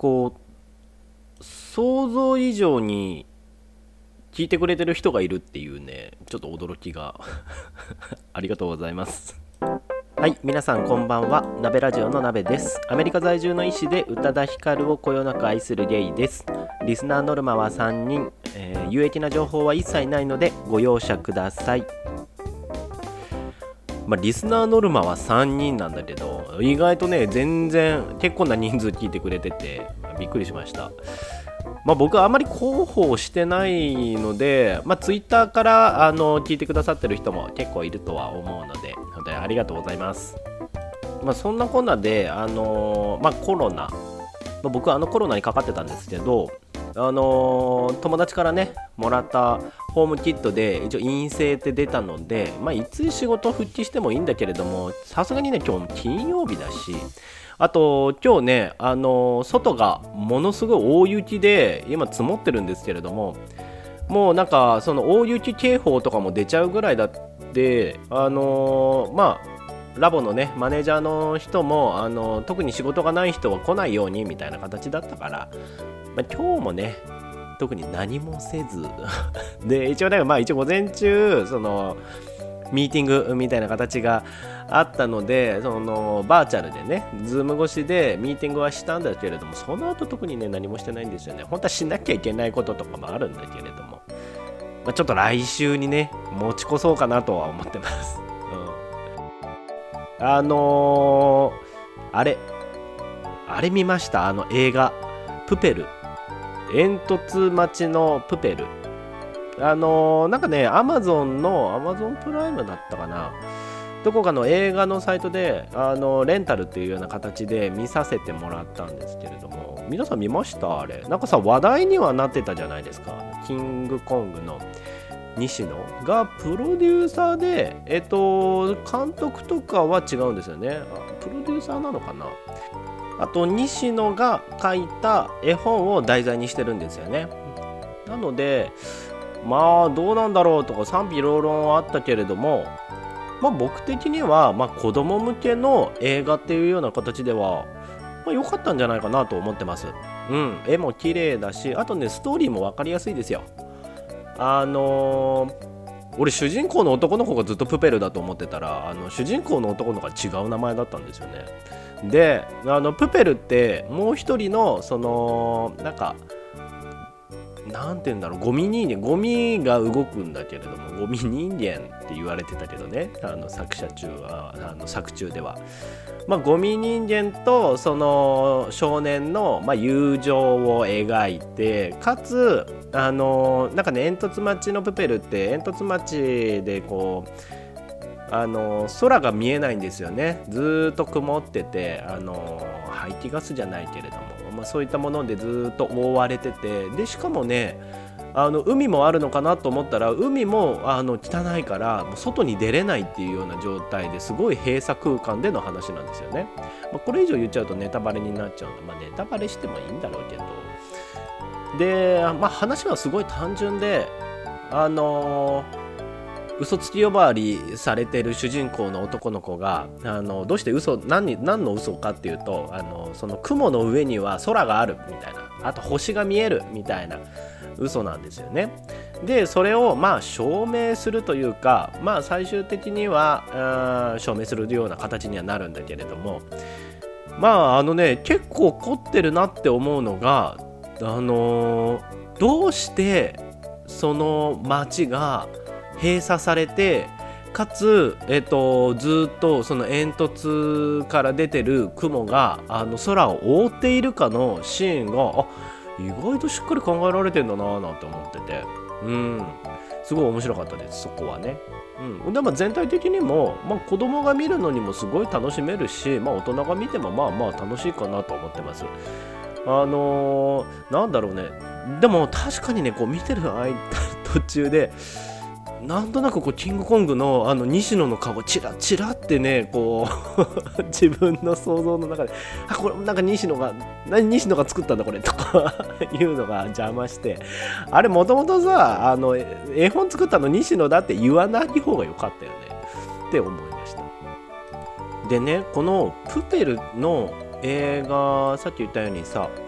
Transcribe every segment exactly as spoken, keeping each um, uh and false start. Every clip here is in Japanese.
こう想像以上に聞いてくれてる人がいるっていうね、ちょっと驚きがありがとうございます。はい、皆さんこんばんは。鍋ラジオの鍋です。アメリカ在住の医師で宇多田ヒカルをこよなく愛するゲイです。リスナーノルマはさんにん、えー、有益な情報は一切ないのでご容赦ください。まあ、リスナーノルマはさんにんなんだけど、意外とね全然結構な人数聞いてくれててびっくりしました。まあ、僕はあまり広報してないので、まあ、ツイッターからあの聞いてくださってる人も結構いるとは思うので、本当にありがとうございます。まあ、そんなこんなで、あのーまあ、コロナ、まあ、僕はあのコロナにかかってたんですけど、あのー友達からねもらったホームキットで一応陰性って出たので、まあ、いつ仕事復帰してもいいんだけれども、さすがにね今日金曜日だし、あと今日ね、あのー外がものすごい大雪で今積もってるんですけれども、もうなんかその大雪警報とかも出ちゃうぐらいだって、あのーまあラボのねマネージャーの人も、あのー特に仕事がない人は来ないようにみたいな形だったから、まあ、今日もね特に何もせずで、一応ね、まあ一応午前中そのミーティングみたいな形があったので、そのバーチャルでねズーム越しでミーティングはしたんだけれども、その後特にね何もしてないんですよね。本当はしなきゃいけないこととかもあるんだけれども、まあ、ちょっと来週にね持ち越そうかなとは思ってます、うん、あのー、あれあれ見ました？あの映画プペル、煙突待ちのプペル。あのー、なんかね、アマゾンの、アマゾンプライムだったかな、どこかの映画のサイトで、あのー、レンタルっていうような形で見させてもらったんですけれども、皆さん見ました？あれ。なんかさ、話題にはなってたじゃないですか。キングコングの西野がプロデューサーで、えっと、監督とかは違うんですよね。あ、プロデューサーなのかな。あと西野が書いた絵本を題材にしてるんですよね。なのでまあどうなんだろうとか賛否両論はあったけれども、まあ僕的にはまあ子供向けの映画っていうような形ではまあ良かったんじゃないかなと思ってます。うん、絵も綺麗だし、あとねストーリーも分かりやすいですよ。あのー俺主人公の男の子がずっとプペルだと思ってたら、あの主人公の男の子が違う名前だったんですよね。で、あのプペルってもう一人のそのなんかなんて言うんだろう、ゴミ人間、ゴミが動くんだけれどもゴミ人間って言われてたけどね、あの作者中はあの作中では、まあ、ゴミ人間とその少年の、まあ、友情を描いて、かつあのなんかね煙突町のプペルって煙突町でこうあの空が見えないんですよね。ずーっと曇ってて、あの排気ガスじゃないけれども、まあ、そういったものでずーっと覆われてて、でしかもねあの海もあるのかなと思ったら、海もあの汚いからもう外に出れないっていうような状態ですごい閉鎖空間での話なんですよね。まあ、これ以上言っちゃうとネタバレになっちゃうんで、まあ、ネタバレしてもいいんだろうけど、で、まあ、話はすごい単純で、あのー嘘つき呼ばわりされてる主人公の男の子が、あのどうして嘘 何, 何の嘘かっていうと、あのその雲の上には空があるみたいな、あと星が見えるみたいな嘘なんですよね。でそれをまあ証明するというか、まあ最終的には証明するような形にはなるんだけれども、まああのね結構凝ってるなって思うのが、あのー、どうしてその街が閉鎖されて、かつ、えっと、ずっとその煙突から出てる雲があの空を覆っているかのシーンが、あ、意外としっかり考えられてんだななんて思ってて、うん、すごい面白かったです、そこはね。うん、でも全体的にも、まあ、子供が見るのにもすごい楽しめるし、まあ、大人が見てもまあまあ楽しいかなと思ってます。あのー、なんだろうね。でも確かにね、こう見てる間途中でなんとなくこうキングコングのあの西野の顔チラチラってね、こう自分の想像の中で、あ、これなんか西野が何西野が作ったんだこれとかいうのが邪魔して、あれもともとさ、あの絵本作ったの西野だって言わない方が良かったよねって思いました。でね、このプペルの映画、さっき言ったようにさ、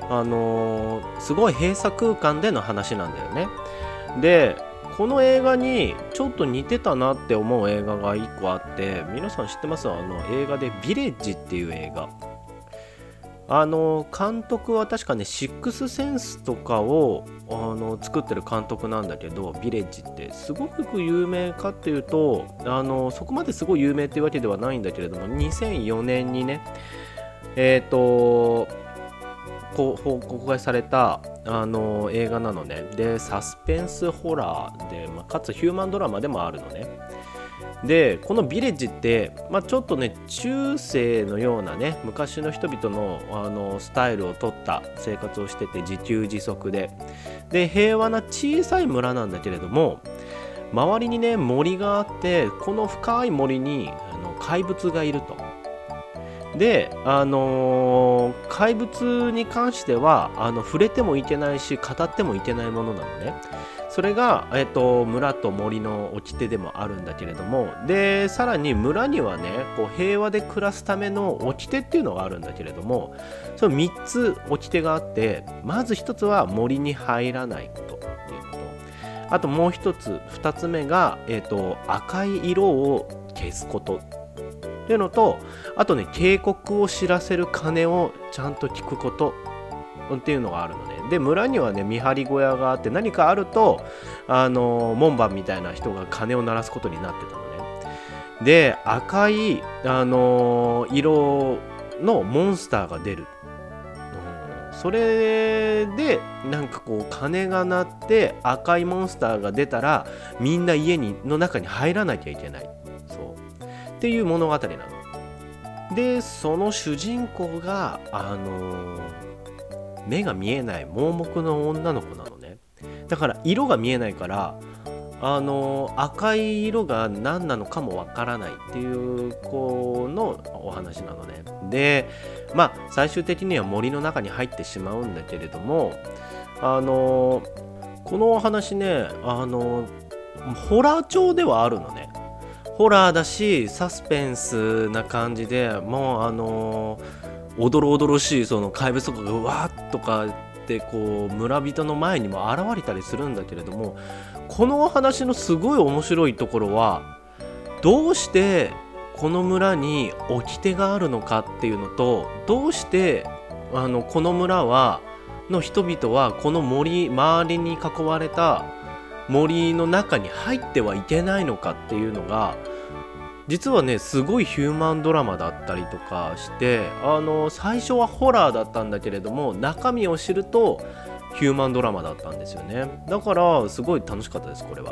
あのーすごい閉鎖空間での話なんだよね。でこの映画にちょっと似てたなって思う映画がいっこあって、皆さん知ってます？あの映画でヴィレッジっていう映画。あの監督は確かねシックスセンスとかをあの作ってる監督なんだけど、ヴィレッジってすごく有名かっていうと、あのそこまですごい有名っていうわけではないんだけれども、にせんよねんにねえっ、とこう公開されたあの映画なのね。でサスペンスホラーで、まあ、かつヒューマンドラマでもあるのね。でこのヴィレッジって、まあ、ちょっとね中世のようなね昔の人々の、あのスタイルをとった生活をしてて、自給自足でで平和な小さい村なんだけれども、周りにね森があって、この深い森にあの怪物がいると。であのー怪物に関してはあの触れてもいけないし語ってもいけないものなのね。それが、えっと、村と森の掟でもあるんだけれども、でさらに村にはねこう平和で暮らすための掟っていうのがあるんだけれども、そのみっつ掟があって、まずひとつは森に入らないことっていうのと、あともうひとつふたつめが、えっと、赤い色を消すことっていうのと、あとね警告を知らせる鐘をちゃんと聞くことっていうのがあるのね。で村にはね見張り小屋があって、何かあるとあの門番みたいな人が鐘を鳴らすことになってたのね。で赤いあの色のモンスターが出る、うん、それでなんかこう鐘が鳴って赤いモンスターが出たら、みんな家にの中に入らなきゃいけない、そうっていう物語なの。でその主人公があのー目が見えない盲目の女の子なのね。だから色が見えないから、あのー赤い色が何なのかもわからないっていう子のお話なのね。でまあ最終的には森の中に入ってしまうんだけれども、あのーこのお話ね、あのーホラー調ではあるのね。ホラーだしサスペンスな感じで、もうあのー、おどろおどろしいその怪物とかがわーっとかってこう村人の前にも現れたりするんだけれども、このお話のすごい面白いところは、どうしてこの村に掟があるのかっていうのと、どうしてあのこの村はの人々はこの森周りに囲われた森の中に入ってはいけないのかっていうのが、実はねすごいヒューマンドラマだったりとかして、あの最初はホラーだったんだけれども、中身を知るとヒューマンドラマだったんですよね。だからすごい楽しかったです、これは。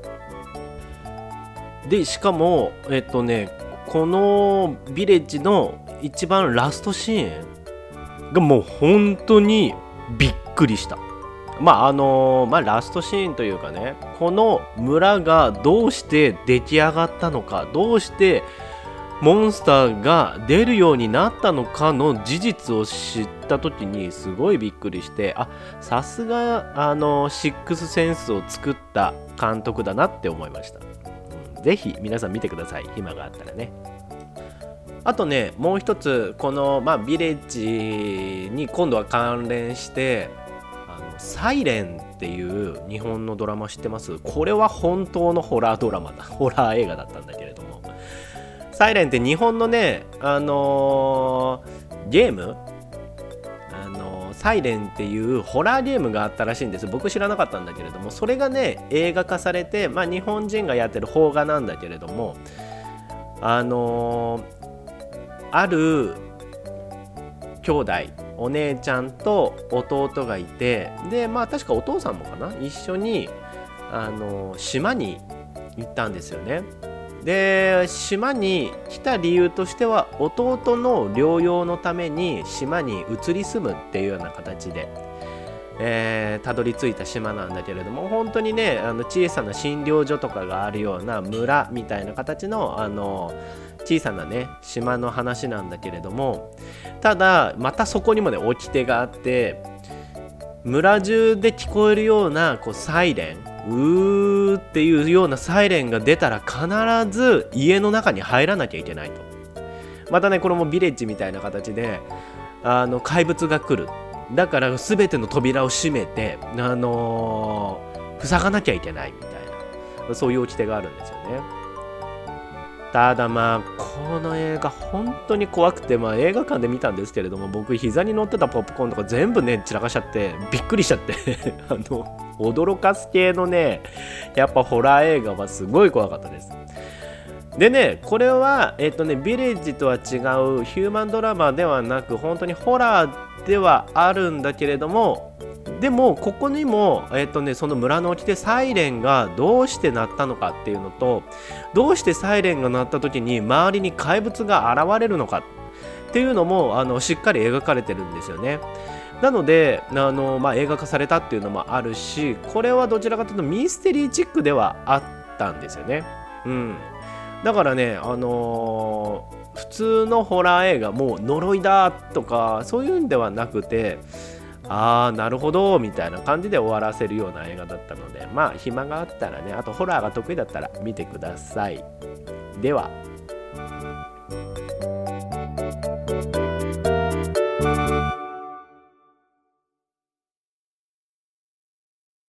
でしかもえっとねこのヴィレッジの一番ラストシーンがもう本当にびっくりした。まああのまあラストシーンというかね、この村がどうして出来上がったのか、どうしてモンスターが出るようになったのかの事実を知った時にすごいびっくりして、あ、さすがあのシックスセンスを作った監督だなって思いました、うん、ぜひ皆さん見てください、暇があったらね。あとねもう一つ、この、まあ、ヴィレッジに今度は関連して、サイレンっていう日本のドラマ知ってます？これは本当のホラードラマだ、ホラー映画だったんだけれども、サイレンって日本のね、あのー、ゲーム、あのー、サイレンっていうホラーゲームがあったらしいんです。僕知らなかったんだけれども、それがね映画化されて、まあ、日本人がやってる邦画なんだけれども、あのー、ある兄弟、お姉ちゃんと弟がいて、でまあ確かお父さんもかな、一緒にあの島に行ったんですよね。で島に来た理由としては、弟の療養のために島に移り住むっていうような形で、えー、たどり着いた島なんだけれども、本当にねあの小さな診療所とかがあるような村みたいな形のあの小さなね島の話なんだけれども、ただまたそこにもね掟があって、村中で聞こえるようなこうサイレン、うーっていうようなサイレンが出たら必ず家の中に入らなきゃいけないと。またねこれもヴィレッジみたいな形で、あの怪物が来る、 だから全ての扉を閉めて、あのー、塞がなきゃいけないみたいな、そういう掟があるんですよね。ただまあこの映画本当に怖くて、まあ、映画館で見たんですけれども、僕膝に乗ってたポップコーンとか全部ね散らかしちゃってびっくりしちゃってあの驚かす系のねやっぱホラー映画はすごい怖かったです。でね、これはえっとねビレッジとは違うヒューマンドラマではなく本当にホラーではあるんだけれども、でもここにも、えっとね、その村の沖でサイレンがどうして鳴ったのかっていうのと、どうしてサイレンが鳴った時に周りに怪物が現れるのかっていうのもあのしっかり描かれてるんですよね。なのであの、まあ、映画化されたっていうのもあるし、これはどちらかというとミステリーチックではあったんですよね。うん、だからね、あのー、普通のホラー映画もう呪いだとかそういうんではなくて、あーなるほどみたいな感じで終わらせるような映画だったので、まあ暇があったらね、あとホラーが得意だったら見てください。では。